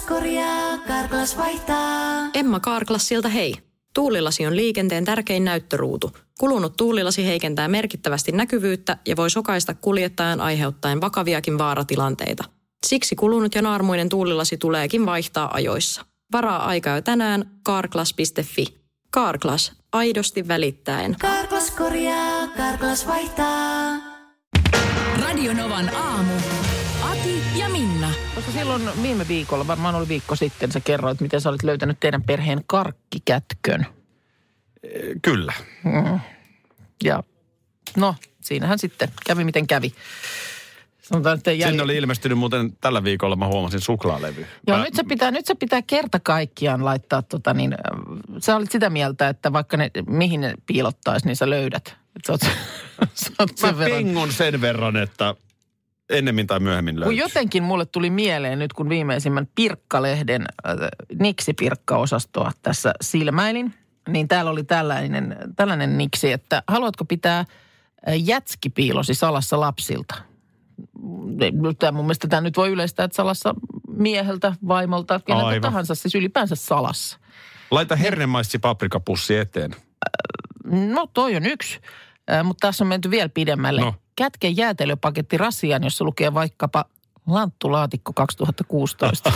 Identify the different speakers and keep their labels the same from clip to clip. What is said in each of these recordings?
Speaker 1: korjaa, Carglass vaihtaa.
Speaker 2: Emma Carglassilta hei. Tuulilasi on liikenteen tärkein näyttöruutu. Kulunut tuulilasi heikentää merkittävästi näkyvyyttä ja voi sokaista kuljettajan aiheuttaen vakaviakin vaaratilanteita. Siksi kulunut ja naarmuinen tuulilasi tuleekin vaihtaa ajoissa. Varaa aikaa jo tänään carglass.fi. Carglass, aidosti välittäen.
Speaker 1: Carglass korjaa, Carglass vaihtaa.
Speaker 3: Radio Novan aamu. Ati ja Minna.
Speaker 4: Koska silloin viime viikolla, varmaan oli viikko sitten, sä kerroit, miten sä olit löytänyt teidän perheen karkkikätkön.
Speaker 5: Kyllä.
Speaker 4: Ja no, siinähän sitten kävi miten kävi. Sanotaan, että
Speaker 5: Sinne oli ilmestynyt muuten tällä viikolla, mä huomasin suklaalevy.
Speaker 4: Joo, nyt se pitää kerta kaikkiaan laittaa sä olit sitä mieltä, että vaikka mihin ne piilottaisi, niin sä löydät.
Speaker 5: Mä pengon sen verran, että ennemmin tai myöhemmin löytyy.
Speaker 4: Kun jotenkin mulle tuli mieleen nyt, kun viimeisimmän Pirkka-lehden Niksi-Pirkka-osastoa tässä silmäilin, niin täällä oli tällainen niksi, että haluatko pitää jätskipiilosi salassa lapsilta? Mun mielestä tämä nyt voi yleistää, että salassa mieheltä, vaimolta, keneltä tahansa, siis ylipäänsä salassa.
Speaker 5: Laita hernemaissi paprikapussi eteen.
Speaker 4: No toi on yksi, mutta tässä on menty vielä pidemmälle. No. Kätke jäätelöpaketti rasiaan, jossa lukee vaikkapa lanttulaatikko 2016.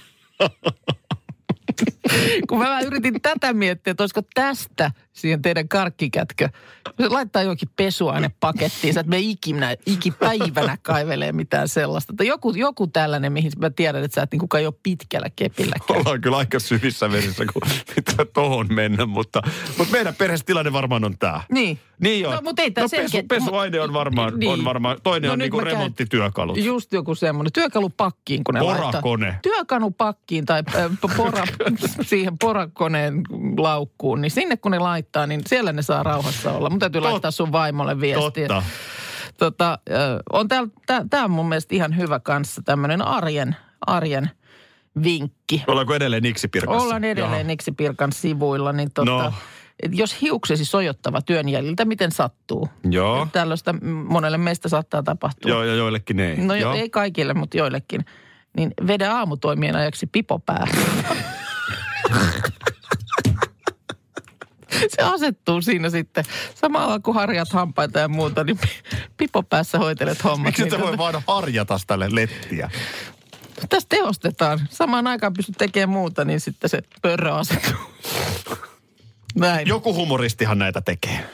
Speaker 4: Kun mä yritin tätä miettiä, että olisiko tästä siihen teidän karkkikätkö. Se laittaa jokin pesuainepakettiin, sä et me ikipäivänä kaivelee mitään sellaista. Tai joku tällainen, mihin mä tiedän, että sä et niin kai ole pitkällä kepilläkään.
Speaker 5: Ollaan kyllä aika syvissä vesissä, kun pitää tohon mennä, mutta meidän perheestilanne varmaan on tää.
Speaker 4: Niin.
Speaker 5: Niin joo.
Speaker 4: No, mutta ei tämä
Speaker 5: pesuaine on varmaan, toinen on niinku remonttityökalut.
Speaker 4: Just joku semmoinen. Työkalupakkiin, kun ne
Speaker 5: Porakone.
Speaker 4: laittaa. Työkalupakkiin tai siihen porakoneen laukkuun, niin sinne kun ne laittaa, niin siellä ne saa rauhassa olla. Mun täytyy laittaa sun vaimolle viestiä.
Speaker 5: Totta.
Speaker 4: Tää on mun mielestä ihan hyvä kanssa, tämmöinen arjen vinkki.
Speaker 5: Ollaanko edelleen Niksi-Pirkassa?
Speaker 4: Ollaan edelleen Niksi-Pirkan sivuilla, niin
Speaker 5: No.
Speaker 4: Jos hiuksesi sojottava työn jäljiltä, miten sattuu?
Speaker 5: Joo.
Speaker 4: Tällaista monelle meistä saattaa tapahtua.
Speaker 5: Joo, ja joillekin ei.
Speaker 4: No ei kaikille, mutta joillekin. Niin vedä aamutoimien ajaksi pipo päähän. Se asettuu siinä sitten. Samalla kun harjat hampaita ja muuta, niin pipo päässä hoitelet hommat.
Speaker 5: Miksi te voi vaan harjata tälle lettiä?
Speaker 4: Tässä tehostetaan. Samaan aikaan pystyt tekemään muuta, niin sitten se pörrö asettuu. Näin.
Speaker 5: Joku humoristihan näitä tekee.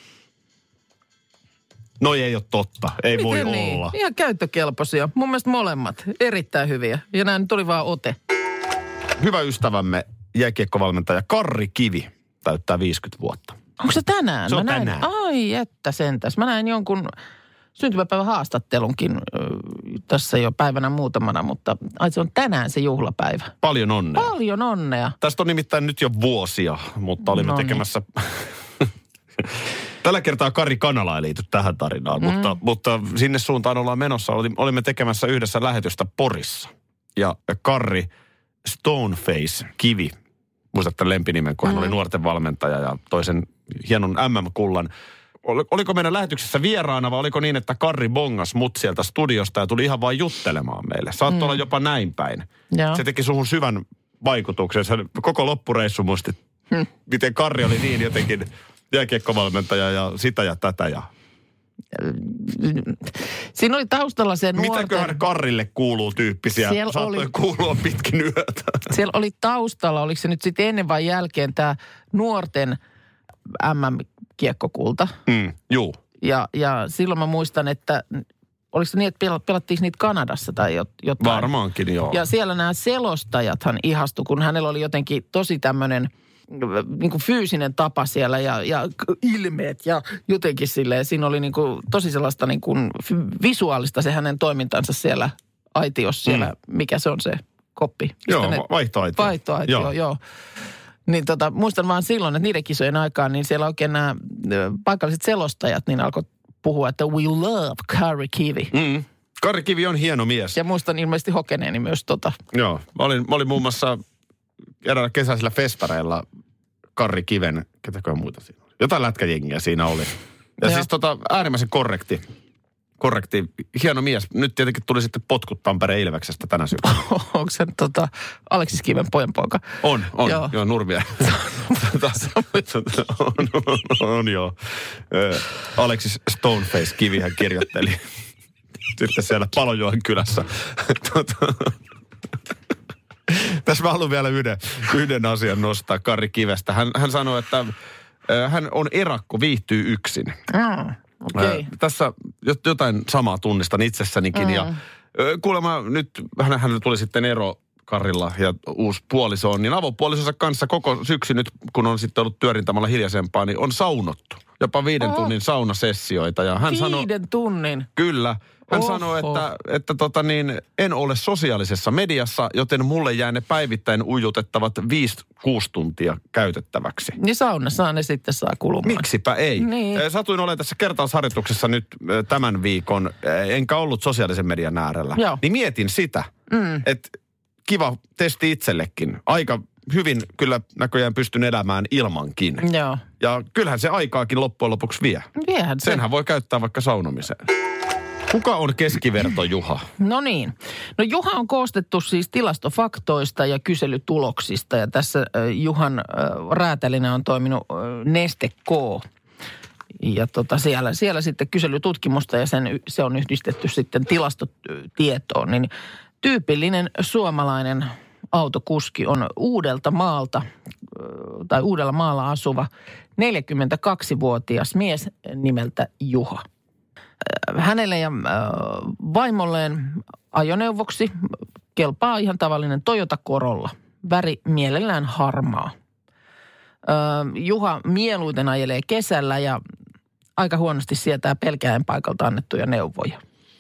Speaker 5: No ei ole totta. Ei
Speaker 4: Miten
Speaker 5: voi
Speaker 4: niin?
Speaker 5: olla.
Speaker 4: Ihan käyttökelpoisia. Mun mielestä molemmat. Erittäin hyviä. Ja nämä nyt oli vaan ote.
Speaker 5: Hyvä ystävämme, jääkiekkovalmentaja Karri Kivi täyttää 50 vuotta.
Speaker 4: Onko se tänään?
Speaker 5: Se on tänään.
Speaker 4: Ai että sentäs. Mä näin jonkun syntymäpäivän haastattelunkin tässä jo päivänä muutamana, mutta se on tänään se juhlapäivä.
Speaker 5: Paljon onnea.
Speaker 4: Paljon onnea.
Speaker 5: Tästä on nimittäin nyt jo vuosia, mutta olimme tekemässä... Tällä kertaa Kari Kanala ei liity tähän tarinaan, mutta sinne suuntaan ollaan menossa. Olimme tekemässä yhdessä lähetystä Porissa. Ja Karri Stoneface Kivi, muistatte lempinimen, kun hän oli nuorten valmentaja ja toisen hienon MM-kullan. Oliko meidän lähetyksessä vieraana vai oliko niin, että Karri bongas mut sieltä studiosta ja tuli ihan vain juttelemaan meille? Saattoi olla jopa näin päin.
Speaker 4: Joo.
Speaker 5: Se teki suhun syvän vaikutuksen. Se koko loppureissu muistit, miten Karri oli niin jotenkin jääkiekkovalmentaja ja sitä ja tätä ja...
Speaker 4: Siinä oli taustalla se nuorten...
Speaker 5: Mitäköhän Karrille kuuluu tyyppisiä? Saattoi kuulua pitkin yötä.
Speaker 4: Siellä oli taustalla, oliko se nyt sitten ennen vai jälkeen tämä nuorten MM-kiekkokulta.
Speaker 5: Juu.
Speaker 4: Ja silloin mä muistan, että oliko se niin, että pelattiin niitä Kanadassa tai jotain?
Speaker 5: Varmaankin, joo.
Speaker 4: Ja siellä nämä selostajathan ihastu, kun hänellä oli jotenkin tosi tämmöinen niin kuin fyysinen tapa siellä ja ilmeet ja jotenkin silleen. Siinä oli niin kuin tosi sellaista niin kuin visuaalista se hänen toimintansa siellä aitiossa siellä. Mikä se on se koppi?
Speaker 5: Joo, vaihtoaitio.
Speaker 4: Vaihtoaitio, joo. Niin muistan vaan silloin, että niiden kisojen aikaan, niin siellä oikein nämä paikalliset selostajat niin alkoi puhua, että we love Karri Kivi.
Speaker 5: Karri Kivi on hieno mies.
Speaker 4: Ja muistan ilmeisesti hokeneeni myös
Speaker 5: Joo, mä olin muun muassa eräällä kesäisillä festareilla Karri Kiven, ketäköhän muita siinä oli? Jotain lätkäjengiä siinä oli. Ja siis äärimmäisen korrekti korrekti. Hieno mies. Nyt tietenkin tuli sitten potkut Tampereen Ilveksestä tänä syksynä.
Speaker 4: Onko se Aleksis Kiven pojanpoika?
Speaker 5: On. Joo, Nurmia. on joo. Aleksis Stoneface Kivihän kirjoitteli. Sitten siellä Palojoen kylässä. Tässä mä haluan vielä yhden asian nostaa Karri Kivestä. Hän sanoi, että hän on erakko, viihtyy yksin.
Speaker 4: Okay.
Speaker 5: Tässä jotain samaa tunnistan itsessänikin. Ja kuulemma nyt hän tuli sitten ero Karrilla ja uusi puoliso on, niin avopuolisonsa kanssa koko syksy nyt, kun on sitten ollut työrintamalla hiljaisempaa, niin on saunottu. Jopa 5 tunnin saunasessioita. Ja hän
Speaker 4: 5 tunnin?
Speaker 5: Kyllä. Hän sanoi, että en ole sosiaalisessa mediassa, joten mulle jää ne päivittäin ujutettavat 5-6 tuntia käytettäväksi.
Speaker 4: Niin saunassa ne sitten saa kulumaan.
Speaker 5: Miksipä ei?
Speaker 4: Niin.
Speaker 5: Satuin olemaan tässä kertausharjoituksessa nyt tämän viikon, enkä ollut sosiaalisen median äärellä.
Speaker 4: Joo.
Speaker 5: Niin mietin sitä, että kiva testi itsellekin. Aika hyvin kyllä näköjään pystyn elämään ilmankin.
Speaker 4: Joo.
Speaker 5: Ja kyllähän se aikaakin loppujen lopuksi vie.
Speaker 4: Viehän se.
Speaker 5: Senhän voi käyttää vaikka saunomiseen. Kuka on keskiverto Juha?
Speaker 4: No niin. No Juha on koostettu siis tilastofaktoista ja kyselytuloksista. Ja tässä Juhan räätälinä on toiminut Neste K. Ja siellä sitten kyselytutkimusta ja se on yhdistetty sitten tilastotietoon. Niin tyypillinen suomalainen autokuski on Uudellamaalla asuva 42-vuotias mies nimeltä Juha. Hänelle ja vaimolleen ajoneuvoksi kelpaa ihan tavallinen Toyota Corolla. Väri mielellään harmaa. Juha mieluiten ajelee kesällä ja aika huonosti sietää pelkääjän paikalta annettuja neuvoja.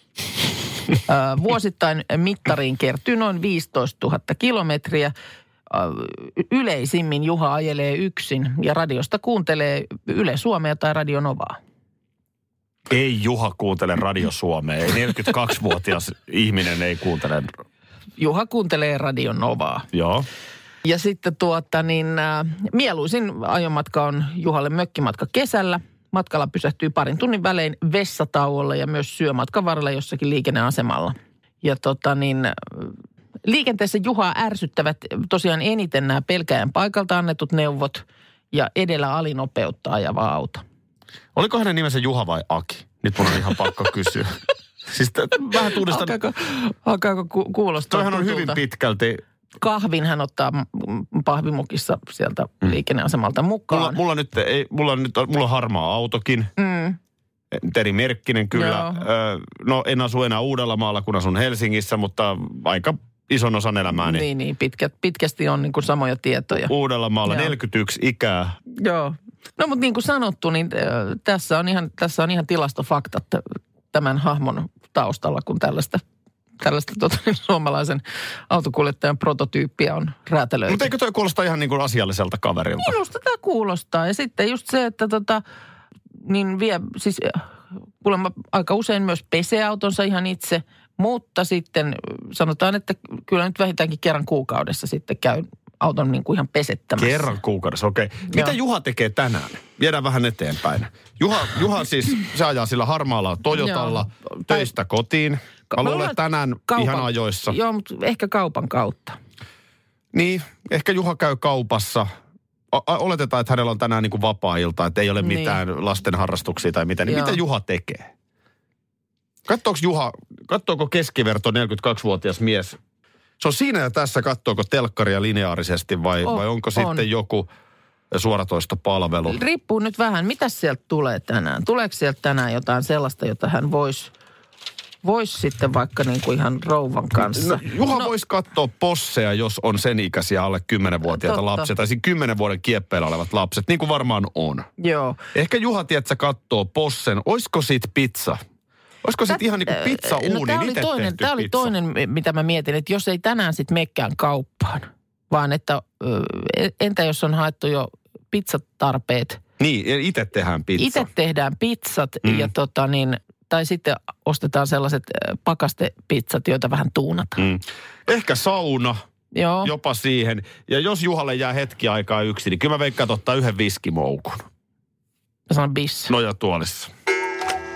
Speaker 4: Vuosittain mittariin kertyy noin 15 000 kilometriä. Yleisimmin Juha ajelee yksin ja radiosta kuuntelee Yle Suomea tai Radio Novaa.
Speaker 5: Ei Juha kuuntele Radio Suomea. Ei 42-vuotias ihminen ei kuuntele.
Speaker 4: Juha kuuntelee Radio Novaa.
Speaker 5: Joo.
Speaker 4: Ja sitten mieluisin ajomatka on Juhalle mökkimatka kesällä. Matkalla pysähtyy 2 tunnin välein vessatauolla ja myös syömatkan varrella jossakin liikenneasemalla. Ja liikenteessä Juhaa ärsyttävät tosiaan eniten nämä pelkääjän paikalta annetut neuvot ja edellä alinopeutta ajava auto.
Speaker 5: Oliko hänen nimensä Juha vai Aki? Nyt mun on ihan pakko kysyä. Siis vähän tunnistan.
Speaker 4: Alkaako kuulostaa
Speaker 5: toihan on
Speaker 4: tutulta.
Speaker 5: hyvin pitkälti.
Speaker 4: Kahvin hän ottaa pahvimukissa sieltä liikenneasemalta mukaan.
Speaker 5: Mulla on harmaa autokin. Teri Merkkinen kyllä. No en asu enää Uudellamaalla, kun asun Helsingissä, mutta aika ison osan elämääni.
Speaker 4: Niin, pitkästi on niin kuin samoja tietoja.
Speaker 5: Uudellamaalla 41 ikää.
Speaker 4: Joo. No mutta niin kuin sanottu, niin tässä on ihan tilastofaktat tämän hahmon taustalla, kun tällaista suomalaisen autokuljettajan prototyyppiä on räätälöity.
Speaker 5: Mutta eikö toi kuulosta ihan niin kuin asialliselta kaverilta?
Speaker 4: Minusta tämä kuulostaa. Ja sitten just se, että niin vie siis kuulemma aika usein myös pesee autonsa ihan itse, mutta sitten sanotaan, että kyllä nyt vähintäänkin kerran kuukaudessa sitten käy auton niin kuin ihan pesettämässä.
Speaker 5: Kerran kuukaudessa, okei. Mitä Juha tekee tänään? Viedään vähän eteenpäin. Juha siis, se ajaa sillä harmaalla Toyotalla töistä kotiin. Mä luulen, että tänään ihan ajoissa.
Speaker 4: Joo, mutta ehkä kaupan kautta.
Speaker 5: Niin, ehkä Juha käy kaupassa. Oletetaan, että hänellä on tänään niin kuin vapaa-ilta, että ei ole mitään lasten harrastuksia tai mitään. Niin mitä Juha tekee? Katsooko keskiverto 42-vuotias mies? Se on siinä ja tässä, katsoako telkkaria lineaarisesti vai onko sitten joku suoratoistopalvelu?
Speaker 4: Riippuu nyt vähän, mitä sieltä tulee tänään. Tuleeko sieltä tänään jotain sellaista, jota hän voisi sitten vaikka niin kuin ihan rouvan kanssa?
Speaker 5: No, Juha voisi katsoa posseja, jos on sen ikäisiä alle 10-vuotiaita lapsia. Tai siinä 10 vuoden kieppeillä olevat lapset, niin kuin varmaan on.
Speaker 4: Joo.
Speaker 5: Ehkä Juha, tiedätkö, katsoo possen. Olisiko siitä pizza? Olisiko sitten ihan niin kuin pizza-uuni,
Speaker 4: Tämä oli toinen, mitä mä mietin, että jos ei tänään sitten menekään kauppaan, vaan että entä jos on haettu jo pizzatarpeet?
Speaker 5: Niin, itse tehdään pizza.
Speaker 4: Itse tehdään pizzat ja tai sitten ostetaan sellaiset pakastepizzat, joita vähän tuunataan.
Speaker 5: Ehkä sauna, jopa siihen. Ja jos Juhalle jää hetki aikaa yksin, niin kyllä mä veikkaan, että ottaa yhden viskimoukun.
Speaker 4: Mä sanon bis.
Speaker 5: Nojatuolissa.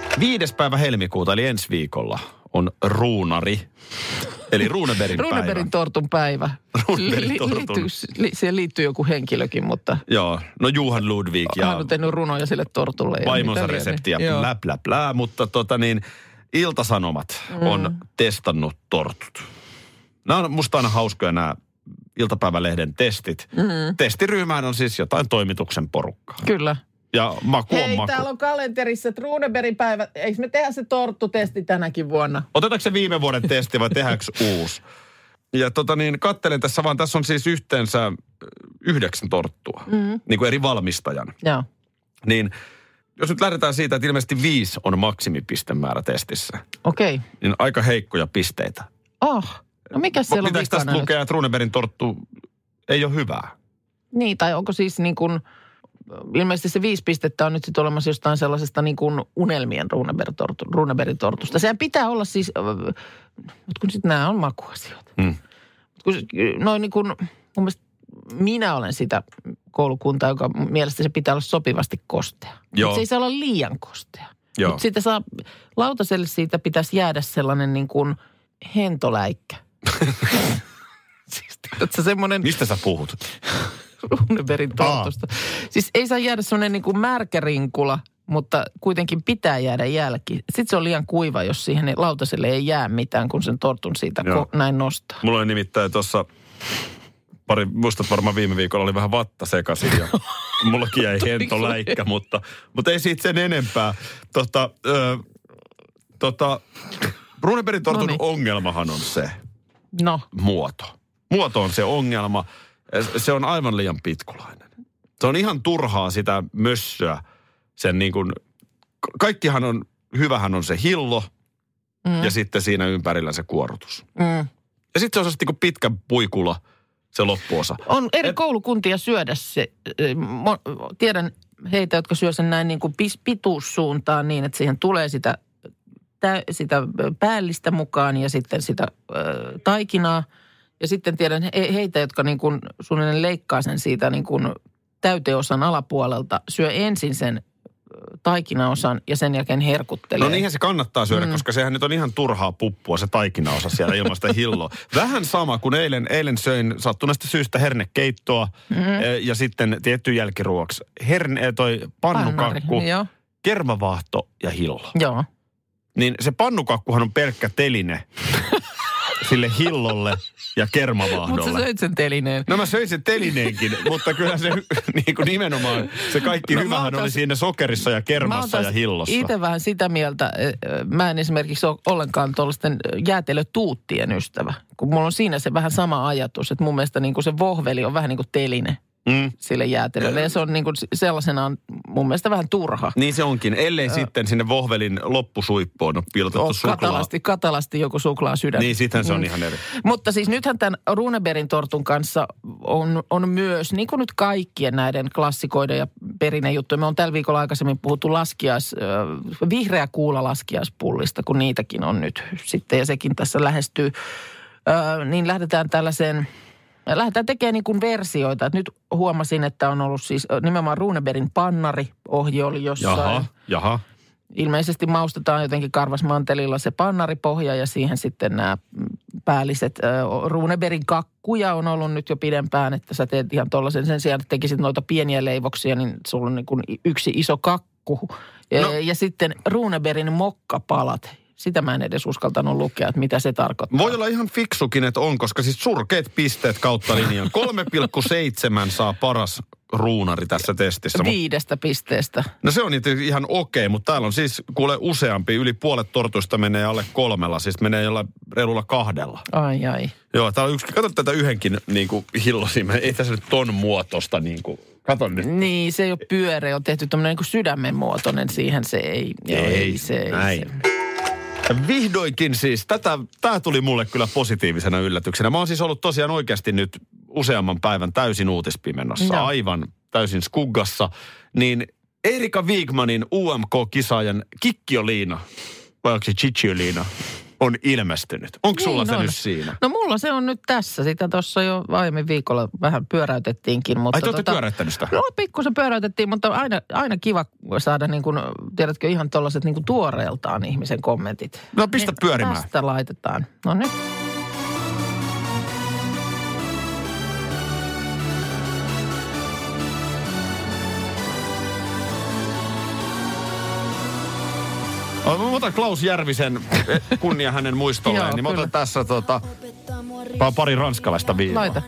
Speaker 5: 5. päivä helmikuuta, eli ensi viikolla, on ruunari. Eli Runebergin päivä.
Speaker 4: Runebergin tortun päivä.
Speaker 5: Runebergin tortun.
Speaker 4: Siihen liittyy joku henkilökin, mutta...
Speaker 5: Joo, no Johan Ludwig ja...
Speaker 4: Hän on tehnyt runoja sille tortulle.
Speaker 5: Vaimonsa reseptiä, blä. Mutta Ilta-Sanomat on testannut tortut. Nämä on musta aina hauskoja nämä iltapäivälehden testit. Testiryhmään on siis jotain toimituksen porukkaa.
Speaker 4: Kyllä.
Speaker 5: Ja maku on maku.
Speaker 4: Täällä on kalenterissa, että Runebergin päivä. Eikö me tehdä se torttutesti tänäkin vuonna?
Speaker 5: Otetaanko se viime vuoden testi vai tehdäänkö uusi? Ja katselen tässä vaan, tässä on siis yhteensä 9 torttua. Niin kuin eri valmistajan.
Speaker 4: Joo.
Speaker 5: Niin jos nyt lähdetään siitä, että ilmeisesti 5 on maksimipistemäärä testissä.
Speaker 4: Okei.
Speaker 5: Niin aika heikkoja pisteitä.
Speaker 4: No mikä siellä on vikana?
Speaker 5: Pitäisi tästä lukea, että Runebergin torttu ei ole hyvää?
Speaker 4: Niin, tai onko siis niin kuin... Ilmeisesti se 5 pistettä on nyt sitten olemassa jostain sellaisesta niin kuin unelmien Runebergin tortusta. Sehän pitää olla siis, mutta kun sitten nämä on makuasioita. Noin niin kuin, mun mielestä minä olen sitä koulukuntaa, joka mielestä se pitää olla sopivasti kostea. Se ei saa olla liian kostea. Mutta siitä lautaselle siitä pitäisi jäädä sellainen niin kuin hentoläikkä. Siis semmoinen...
Speaker 5: Mistä sä puhut?
Speaker 4: Runebergin tortusta. Siis ei saa jäädä semmoinen niin kuin märkärinkula, mutta kuitenkin pitää jäädä jälki. Sitten se on liian kuiva, jos siihen lautaselle ei jää mitään, kun sen tortun siitä näin nostaa.
Speaker 5: Mulla oli nimittäin tuossa muistat varmaan viime viikolla oli vähän vatta sekaisin ja mullakin jäi hentoläikkä, mutta ei siitä sen enempää. Runebergin tortun ongelmahan on se muoto. Muoto on se ongelma. Se on aivan liian pitkulainen. Se on ihan turhaa sitä mössöä. Sen niin kuin, hyvähän on se hillo ja sitten siinä ympärillä se kuorutus. Ja sitten se on se niin kuin pitkä puikula, se loppuosa. On
Speaker 4: eri koulukuntia syödä se. Tiedän heitä, jotka syö sen näin niin kuin pituussuuntaan niin, että siihen tulee sitä päällistä mukaan ja sitten sitä taikinaa. Ja sitten tiedän heitä, jotka niin kuin suunnilleen leikkaa sen siitä niin kuin täyteosan alapuolelta, syö ensin sen taikinaosan ja sen jälkeen herkuttelee.
Speaker 5: No niinhän se kannattaa syödä, koska sehän nyt on ihan turhaa puppua se taikinaosa siellä ilman sitä hilloa. Vähän sama kuin eilen söin sattuneesta syystä hernekeittoa ja sitten tietty jälkiruoksi. Toi pannukakku, kermavaahto ja hillo.
Speaker 4: Joo.
Speaker 5: Niin se pannukakkuhan on pelkkä teline sille hillolle ja kermavaahdolle.
Speaker 4: Mutta sä söit sen telineen.
Speaker 5: No mä söin sen telineenkin, mutta kyllä se niin kuin nimenomaan, se kaikki hyvähän oli siinä sokerissa ja kermassa ja hillossa.
Speaker 4: Itse vähän sitä mieltä, mä en esimerkiksi ole ollenkaan tuollaisten jäätelötuuttien ystävä. Kun mulla on siinä se vähän sama ajatus, että mun mielestä niin kuin se vohveli on vähän niin kuin teline sille jäätelölle. Ja se on niin kuin sellaisenaan mun mielestä vähän turha.
Speaker 5: Niin se onkin, ellei sitten sinne vohvelin loppusuippoon ole piilotettu suklaa.
Speaker 4: Katalasti joku suklaasydän.
Speaker 5: Niin, sittenhän se on ihan eri.
Speaker 4: Mutta siis nythän tämän Runebergin tortun kanssa on myös, niin kuin nyt kaikkien näiden klassikoiden ja perinnejuttuja. Me on tällä viikolla aikaisemmin puhuttu vihreä kuula laskiaispullista, kun niitäkin on nyt sitten. Ja sekin tässä lähestyy. Niin lähdetään tekemään niin kuin versioita. Et nyt huomasin, että on ollut siis nimenomaan Runebergin pannariohje oli jossain.
Speaker 5: Jaha.
Speaker 4: Ilmeisesti maustetaan jotenkin karvasmantelilla se pannaripohja ja siihen sitten nämä päälliset. Runebergin kakkuja on ollut nyt jo pidempään, että sä teet ihan tollaisen sen sijaan, että tekisit noita pieniä leivoksia, niin sulla on niin kuin yksi iso kakku. Ja sitten Runebergin mokkapalat. Sitä mä en edes uskaltanut lukea, että mitä se tarkoittaa.
Speaker 5: Voi olla ihan fiksukin, että on, koska siis surkeat pisteet kautta linjan. 3,7 saa paras ruunari tässä testissä.
Speaker 4: 5 pisteestä.
Speaker 5: No se on ihan okei, mutta täällä on siis kuule useampi. Yli puolet tortuista menee alle 3, siis menee jollain reilulla 2.
Speaker 4: Ai.
Speaker 5: Joo, tää on yksi. Kato tätä yhdenkin niin kuin hillosimme. Ei tässä nyt ton muotosta niin kuin. Kato nyt.
Speaker 4: Niin, se ei ole pyöreä. On tehty tämmöinen niin kuin sydämen muotoinen. Siihen se ei.
Speaker 5: Näin. Vihdoinkin siis, tämä tuli mulle kyllä positiivisena yllätyksenä. Mä oon siis ollut tosiaan oikeasti nyt useamman päivän täysin uutispimennossa, aivan täysin skuggassa. Niin Erika Wigmanin UMK-kisaajan Kikkioliina, vai onko se Chichioliina? on ilmestynyt. Onko sulla
Speaker 4: Niin
Speaker 5: se
Speaker 4: on.
Speaker 5: nyt siinä?
Speaker 4: No mulla se on nyt tässä. Sitä tuossa jo aiemmin viikolla vähän pyöräytettiinkin. Mutta
Speaker 5: Ai te olette pyöräyttänyt sitä?
Speaker 4: No pikkusen pyöräytettiin, mutta aina kiva saada niin kuin, tiedätkö, ihan tuollaiset niin kuin tuoreeltaan ihmisen kommentit.
Speaker 5: No pistä pyörimään.
Speaker 4: Tästä laitetaan. No nyt.
Speaker 5: Mä otan Klaus Järvisen kunnia hänen muistolleen,
Speaker 4: Joo,
Speaker 5: niin mä
Speaker 4: kyllä.
Speaker 5: otan tässä pari ranskalaista viivaa.
Speaker 4: Laita.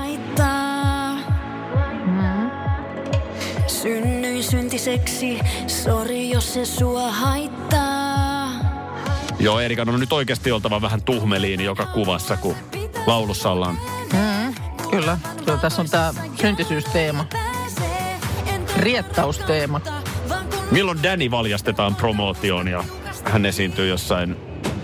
Speaker 1: Synnyin syntiseksi, sori jos se sua haittaa.
Speaker 5: Joo, Erikan on nyt oikeasti oltava vähän tuhmeliini joka kuvassa, kun laulussa ollaan.
Speaker 4: Kyllä. Tässä on tämä syntisyysteema. Riettausteema.
Speaker 5: Milloin Danny valjastetaan promootioon ja hän esiintyy jossain?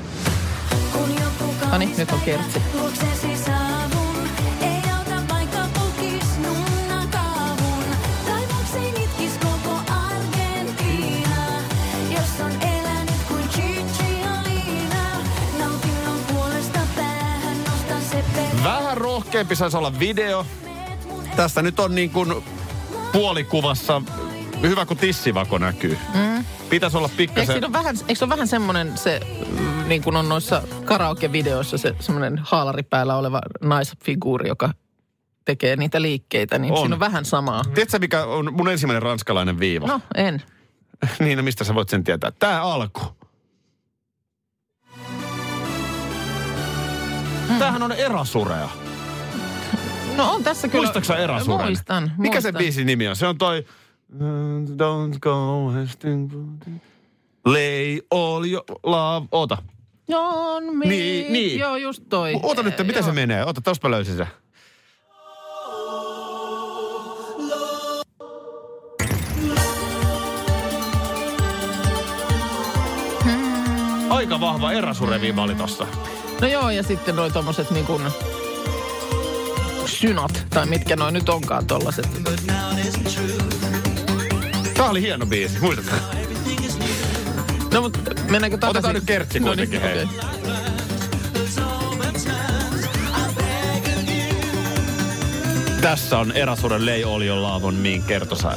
Speaker 4: Noniin, nyt on kertsi.
Speaker 1: Luoksesi saavun, ei auta vaikka pukis nunna kaavun. Taivakseen itkis koko Argentiina, jos on elänyt kuin Gigi Alina. Nautinnon puolesta päähän nostan se
Speaker 5: Vähän rohkeampi saisi olla video. Tässä nyt on niin kuin puolikuvassa. Hyvä, kun tissivako näkyy. Pitäisi olla pikkasen.
Speaker 4: Eikö se ole vähän semmoinen se, niin kuin on noissa karaoke-videoissa, se semmoinen haalari päällä oleva naisfiguuri, joka tekee niitä liikkeitä, niin
Speaker 5: On.
Speaker 4: siinä on vähän samaa.
Speaker 5: Tiedätkö, mikä on mun ensimmäinen ranskalainen viiva?
Speaker 4: No, en.
Speaker 5: Niin, no mistä sä voit sen tietää? Tää alku. Tämähän on Erasurea.
Speaker 4: No on tässä kyllä.
Speaker 5: Muistatko sä Erasuren?
Speaker 4: Muistan.
Speaker 5: Mikä se biisin nimi on? Se on toi... Don't go wasting... Lay all your love... Oota.
Speaker 4: On me.
Speaker 5: Niin.
Speaker 4: Joo, just toi.
Speaker 5: Oota nyt, miten se menee? Oota, tossa mä löysin se. Aika vahva Erasure-viiva oli tossa.
Speaker 4: No joo, ja sitten noi tommoset niin kuin synat, tai mitkä noi nyt onkaan tollaset.
Speaker 5: Tää oli hieno biisi, muistatko?
Speaker 4: No mutta mennäänkö takaisin?
Speaker 5: Otetaan nyt kertsi kuitenkin, hei.
Speaker 4: okei.
Speaker 5: Tässä on Erasuren Lay All Your Love on Mean kertosäe.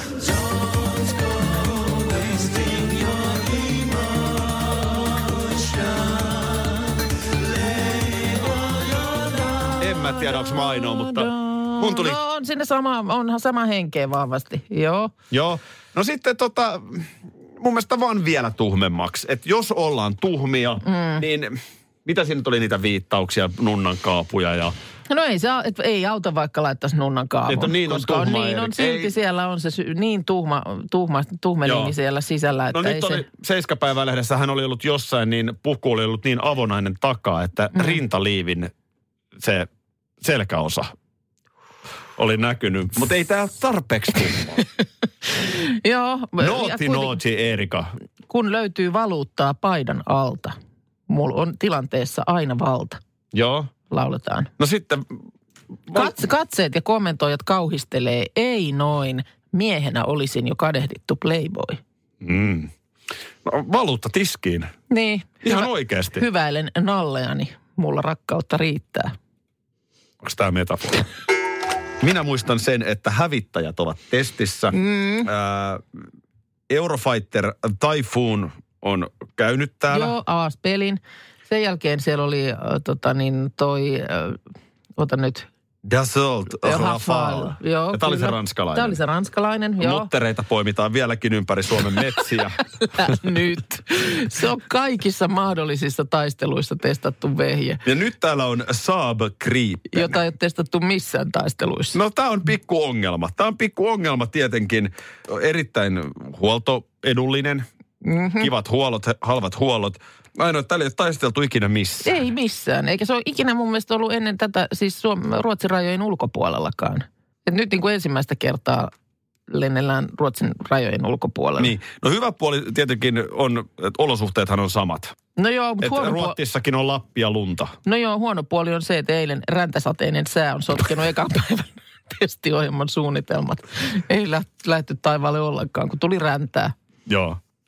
Speaker 5: En mä tiedä, onko mä ainoa, mutta mun tuli...
Speaker 4: No on sinne onhan sama henkeä vahvasti, joo.
Speaker 5: Joo. No sitten mun mielestä vaan vielä tuhmemmaksi. Että jos ollaan tuhmia, niin mitä siinä nyt oli niitä viittauksia, nunnan kaapuja ja...
Speaker 4: No ei auta vaikka laittaisi nunnan kaavun.
Speaker 5: Että niin on
Speaker 4: koska
Speaker 5: tuhma,
Speaker 4: niin on
Speaker 5: Erik.
Speaker 4: silti
Speaker 5: Ei.
Speaker 4: siellä on se niin tuhmeliini
Speaker 5: Joo.
Speaker 4: siellä sisällä, että
Speaker 5: No
Speaker 4: ei
Speaker 5: nyt
Speaker 4: se...
Speaker 5: oli Seiskapäivälehdessä, hän oli ollut jossain, niin puku oli ollut niin avonainen takaa, että rintaliivin se selkäosa oli näkynyt. Mutta ei tää ole tarpeeksi tuhmaa.
Speaker 4: Joo.
Speaker 5: Naughty, Erika.
Speaker 4: Kun löytyy valuuttaa paidan alta, mulla on tilanteessa aina valta,
Speaker 5: Joo.
Speaker 4: lauletaan.
Speaker 5: No sitten...
Speaker 4: Katseet ja kommentoijat kauhistelee, ei noin, miehenä olisin jo kadehdittu playboy.
Speaker 5: No, valuutta tiskiin.
Speaker 4: Niin.
Speaker 5: Ihan oikeasti.
Speaker 4: Hyväilen nalleani, mulla rakkautta riittää.
Speaker 5: Onko tämä metafora? Minä muistan sen, että hävittäjät ovat testissä. Eurofighter Typhoon on käynyt täällä.
Speaker 4: Joo, pelin. Sen jälkeen siellä oli ota nyt.
Speaker 5: Dassault Rafale.
Speaker 4: Joo,
Speaker 5: ja tämä oli se
Speaker 4: kyllä.
Speaker 5: ranskalainen.
Speaker 4: Tämä oli se ranskalainen, joo.
Speaker 5: Muttereita poimitaan vieläkin ympäri Suomen metsiä.
Speaker 4: Nyt. Se on kaikissa mahdollisissa taisteluissa testattu vehje,
Speaker 5: Ja nyt täällä on Saab Gripen.
Speaker 4: jota ei ole testattu missään taisteluissa.
Speaker 5: No tämä on pikku ongelma. Tämä on pikku ongelma tietenkin. Erittäin huoltoedullinen. Kivat huollot, halvat huollot. Ainoa, täällä ei ole taisteltu ikinä missään.
Speaker 4: Ei missään, eikä se ole ikinä mun mielestä ollut ennen tätä siis Ruotsin rajojen ulkopuolellakaan. Et nyt niin kuin ensimmäistä kertaa lennellään Ruotsin rajojen ulkopuolella.
Speaker 5: Niin. No hyvä puoli tietenkin on, että olosuhteethan on samat.
Speaker 4: No joo, mutta
Speaker 5: Että Ruotsissakin on Lappia lunta.
Speaker 4: huono puoli on se, että eilen räntäsateinen sää on sotkenut ekan päivän testiohjelman suunnitelmat. Ei lähty taivaalle ollenkaan, kun tuli räntää.
Speaker 5: Joo.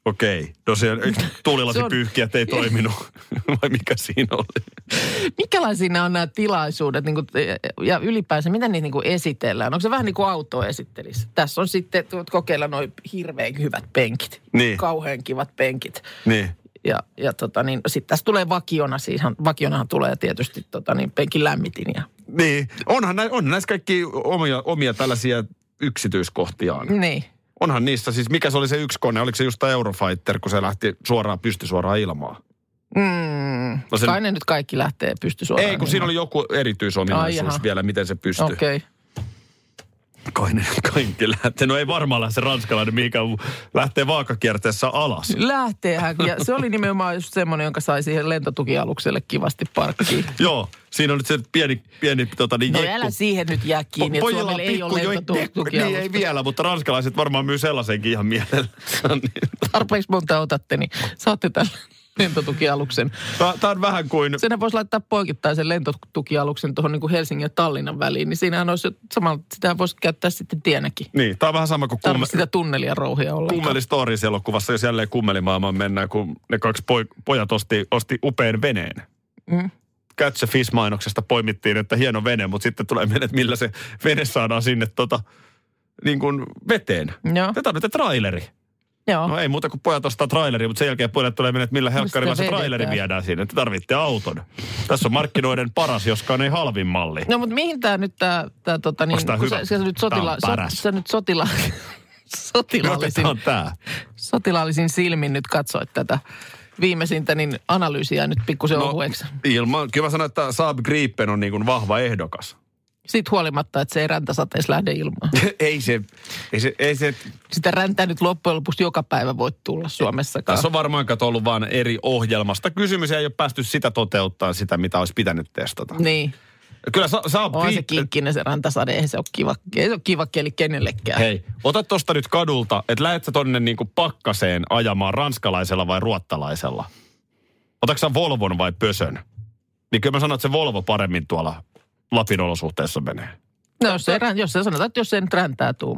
Speaker 5: Okei. No se tuulilasipyyhkijät ei toiminut. Vai mikä siinä oli?
Speaker 4: Minkälaisia nämä on nämä tilaisuudet niin kuin, ja ylipäänsä, miten niitä niin kuin esitellään? Onko se vähän niin kuin autoa esittelisi? Tässä on sitten, kokeilla noi hirveän hyvät penkit.
Speaker 5: Niin.
Speaker 4: Kauhean kivat penkit.
Speaker 5: Niin.
Speaker 4: Ja sitten tässä tulee vakionahan tulee tietysti penkin lämmitin. Ja.
Speaker 5: Niin. On näissä kaikki omia tällaisia yksityiskohtiaan.
Speaker 4: Niin.
Speaker 5: Onhan niissä siis, mikä se oli se yksi kone? Oliko se just tämä Eurofighter, kun se lähti pystysuoraan ilmaan?
Speaker 4: No kai ne nyt kaikki lähtee pystysuoraan.
Speaker 5: Ei, kun siinä oli joku erityisominaisuus vielä, miten se pystyy.
Speaker 4: Okei.
Speaker 5: Kai ne kaikki lähtee. No ei varmaan lähde se ranskalainen, mikä lähtee vaakakierteessä alas.
Speaker 4: Lähteehän. Ja se oli nimenomaan just semmoinen, jonka sai siihen lentotukialukselle kivasti parkkiin.
Speaker 5: Joo, siinä on nyt se pieni
Speaker 4: no älä siihen nyt jää kiinni, että Suomella ei ole lentotukialusta.
Speaker 5: Niin ei vielä, mutta ranskalaiset varmaan myy sellaisenkin ihan mielellä.
Speaker 4: Tarpeeksi monta otatte, niin saatte tämän lentotukialuksen.
Speaker 5: Tämä on vähän kuin...
Speaker 4: Senhän voisi laittaa poikittaisen lentotukialuksen tuohon niin kuin Helsingin ja Tallinnan väliin, niin siinähän olisi samalla, sitä voisi käyttää sitten tienäkin.
Speaker 5: Niin, tämä on vähän sama kuin...
Speaker 4: Tarvitse sitä tunnelia rouhia ollenkaan.
Speaker 5: Kummeli Stories-elokuvassa, jos jälleen kummelimaailmaan mennään, kun ne kaksi pojat osti upean veneen. Catch a Fish-mainoksesta poimittiin, että hieno vene, mutta sitten tulee mieleen, että millä se vene saadaan sinne niin kuin veteen.
Speaker 4: Joo.
Speaker 5: Te tarvitsette traileri.
Speaker 4: Joo.
Speaker 5: No ei muuta kuin pojat ostaa traileri, mutta sen jälkeen pojat tulee mieleen, että millä helkkarilla se traileri viedään sinne. Te tarvitte auton. Tässä on markkinoiden paras, joskaan ei halvin malli.
Speaker 4: No mutta mihin tämä nyt
Speaker 5: Onko tämä hyvä?
Speaker 4: Se nyt sotilaallisin silmin nyt katsoit tätä viimeisintä, niin analyysiä nyt pikkusen ohueksi.
Speaker 5: Kyllä mä sanon, että Saab Gripen on niin kuin vahva ehdokas.
Speaker 4: Siitä huolimatta, että se ei räntäsateessa lähde ilmaan.
Speaker 5: Ei se...
Speaker 4: Sitä räntää nyt loppujen lopuksi joka päivä voi tulla Suomessakaan.
Speaker 5: Tässä on varmaan ollut vaan eri ohjelmasta. Kysymys ei ole päästy sitä toteuttaa, sitä mitä olisi pitänyt testata.
Speaker 4: Niin.
Speaker 5: Kyllä Saab
Speaker 4: on se kinkkinen se räntäsade, ei se ole kiva keli kenellekään.
Speaker 5: Hei, ota tosta nyt kadulta, että lähdet sä tonne niinku pakkaseen ajamaan ranskalaisella vai ruottalaisella? Otatko sä Volvon vai Pösön? Niin kyllä mä sanon, että se Volvo paremmin tuolla Lapin olosuhteessa menee.
Speaker 4: No jos se sanotaan, että jos se nyt räntää tuu.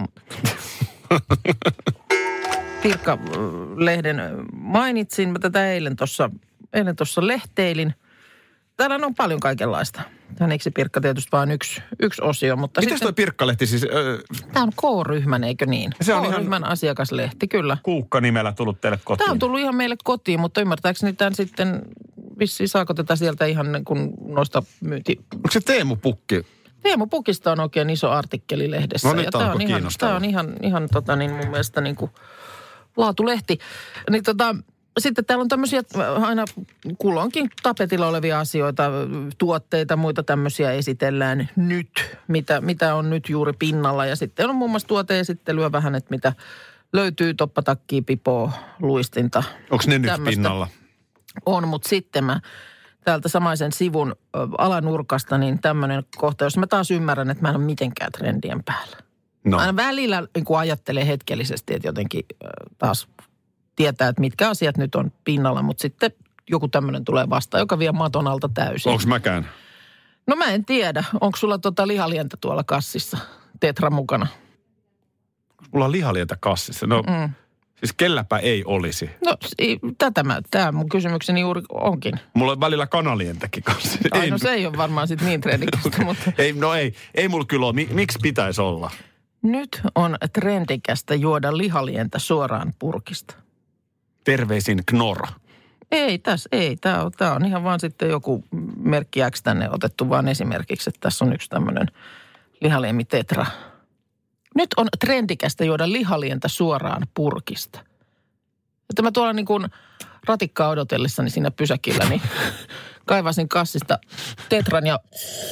Speaker 4: Pirkka-lehden mainitsin, mä tätä eilen tuossa lehteilin. Täällä on paljon kaikenlaista. Tämä eikö se Pirkka tietysti vain yksi osio, mutta
Speaker 5: mites toi Pirkka-lehti siis?
Speaker 4: Tämä on K-ryhmän, eikö niin?
Speaker 5: Se on
Speaker 4: K-ryhmän asiakaslehti, kyllä.
Speaker 5: Kuukka-nimellä tullut teille kotiin.
Speaker 4: Tämä on tullut ihan meille kotiin, mutta ymmärtääkseni tämän sitten, vissiin saako tätä sieltä ihan kun noista myyti.
Speaker 5: Onko se Teemu Pukki?
Speaker 4: Teemu Pukista on oikein iso artikkeli lehdessä.
Speaker 5: No nyt alkoi kiinnostaa.
Speaker 4: Tämä on ihan mun mielestä niin kuin laatulehti. Niin sitten täällä on tämmöisiä aina kulloinkin tapetilla olevia asioita, tuotteita, muita tämmöisiä esitellään nyt, mitä on nyt juuri pinnalla. Ja sitten on muun muassa tuoteesittelyä vähän, että mitä löytyy, toppatakkia, pipoa, luistinta.
Speaker 5: Onko ne nyt
Speaker 4: tämmöistä
Speaker 5: pinnalla?
Speaker 4: On, mutta sitten mä täältä samaisen sivun alanurkasta, niin tämmöinen kohta, jos mä taas ymmärrän, että mä en ole mitenkään trendien päällä.
Speaker 5: No.
Speaker 4: Aina välillä niin kun ajattelee hetkellisesti, että jotenkin taas tietää, että mitkä asiat nyt on pinnalla, mutta sitten joku tämmöinen tulee vastaan, joka vie maton alta täysin.
Speaker 5: Onko mäkään?
Speaker 4: No mä en tiedä. Onko sulla lihalientä tuolla kassissa, Tetra mukana?
Speaker 5: Mulla on lihalientä kassissa. No, siis kelläpä ei olisi.
Speaker 4: No, tämä mun kysymykseni juuri onkin.
Speaker 5: Mulla on välillä kanalientäkin kassissa.
Speaker 4: No se ei ole varmaan sitten niin trendikästä, mutta...
Speaker 5: Ei mulla kyllä ole. Miksi pitäisi olla?
Speaker 4: Nyt on trendikästä juoda lihalientä suoraan purkista.
Speaker 5: Terveisin Knorr.
Speaker 4: Ei. Tämä on ihan vaan sitten joku merkki X tänne otettu vaan esimerkiksi, että tässä on yksi tämmöinen lihaliemi Tetra. Nyt on trendikästä juoda lihalientä suoraan purkista. Että mä tuolla niin kuin ratikkaa odotellessani siinä pysäkillä, niin kaivasin kassista Tetran ja...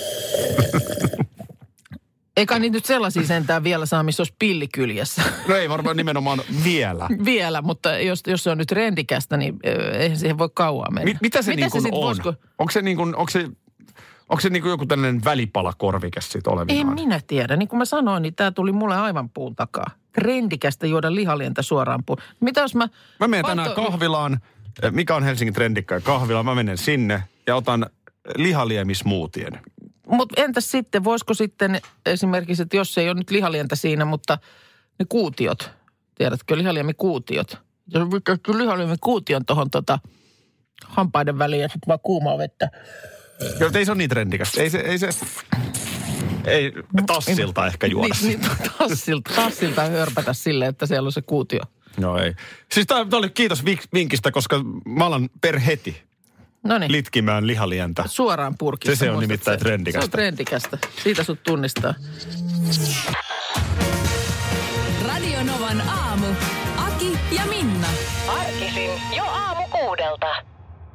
Speaker 4: Eikä niitä nyt sellaisia sentään vielä saa, missä olisi pilli kyljessä.
Speaker 5: No ei varmaan nimenomaan vielä.
Speaker 4: Vielä, mutta jos se on nyt trendikästä, niin eihän siihen voi kauan mennä.
Speaker 5: Mitä se niin kuin on?
Speaker 4: Voisiko...
Speaker 5: Onko se niin kuin joku tällainen välipalakorvike sitten olevinaan?
Speaker 4: En minä tiedä. Niin kuin mä sanoin, niin tämä tuli mulle aivan puun takaa. Trendikästä juoda lihalientä suoraan puun. Mitä jos mä
Speaker 5: menen tänään kahvilaan, mikä on Helsingin trendikkäin kahvila. Mä menen sinne ja otan lihaliemismuutien.
Speaker 4: Mutta entäs sitten, voisiko sitten esimerkiksi, että jos ei ole nyt lihalientä siinä, mutta ne kuutiot, tiedätkö, lihaliemikuutiot, Ja kyllä lyhälymen kuution tuohon hampaiden väliin ja sitten vaan kuumaa vettä.
Speaker 5: Joo, ei se ole niin trendikästä. Ei tassilta ehkä juoda.
Speaker 4: Niin, tassilta hörpätä silleen, että siellä on se kuutio.
Speaker 5: No ei. Siis tää oli kiitos vinkistä, koska mä alan per heti litkimään lihalientä.
Speaker 4: Suoraan purkissa.
Speaker 5: Se on nimittäin trendikästä.
Speaker 4: Se on trendikästä. Siitä sut tunnistaa.
Speaker 3: Radio Novan aamu. Aki ja Minna.
Speaker 6: Arkisin jo aamu 6:00.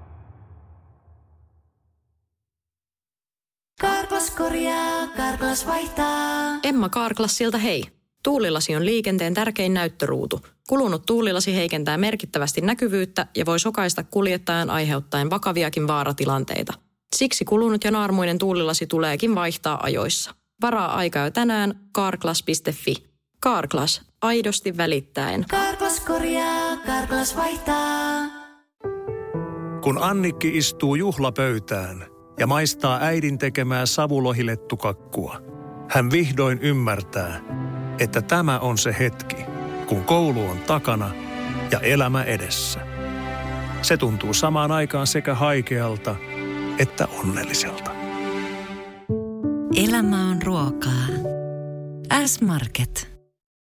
Speaker 1: Karklas korjaa, Karklas vaihtaa.
Speaker 2: Emma Karklassilta hei. Tuulilasi on liikenteen tärkein näyttöruutu. Kulunut tuulilasi heikentää merkittävästi näkyvyyttä ja voi sokaista kuljettajan aiheuttaen vakaviakin vaaratilanteita. Siksi kulunut ja naarmuinen tuulilasi tuleekin vaihtaa ajoissa. Varaa aikaa jo tänään carglass.fi. Carglass, aidosti välittäen.
Speaker 1: Karklas korjaa, Karklas vaihtaa.
Speaker 7: Kun Annikki istuu juhlapöytään ja maistaa äidin tekemää savulohilettukakkua, hän vihdoin ymmärtää, että tämä on se hetki, kun koulu on takana ja elämä edessä. Se tuntuu samaan aikaan sekä haikealta että onnelliselta.
Speaker 8: Elämä on ruokaa. S-Market.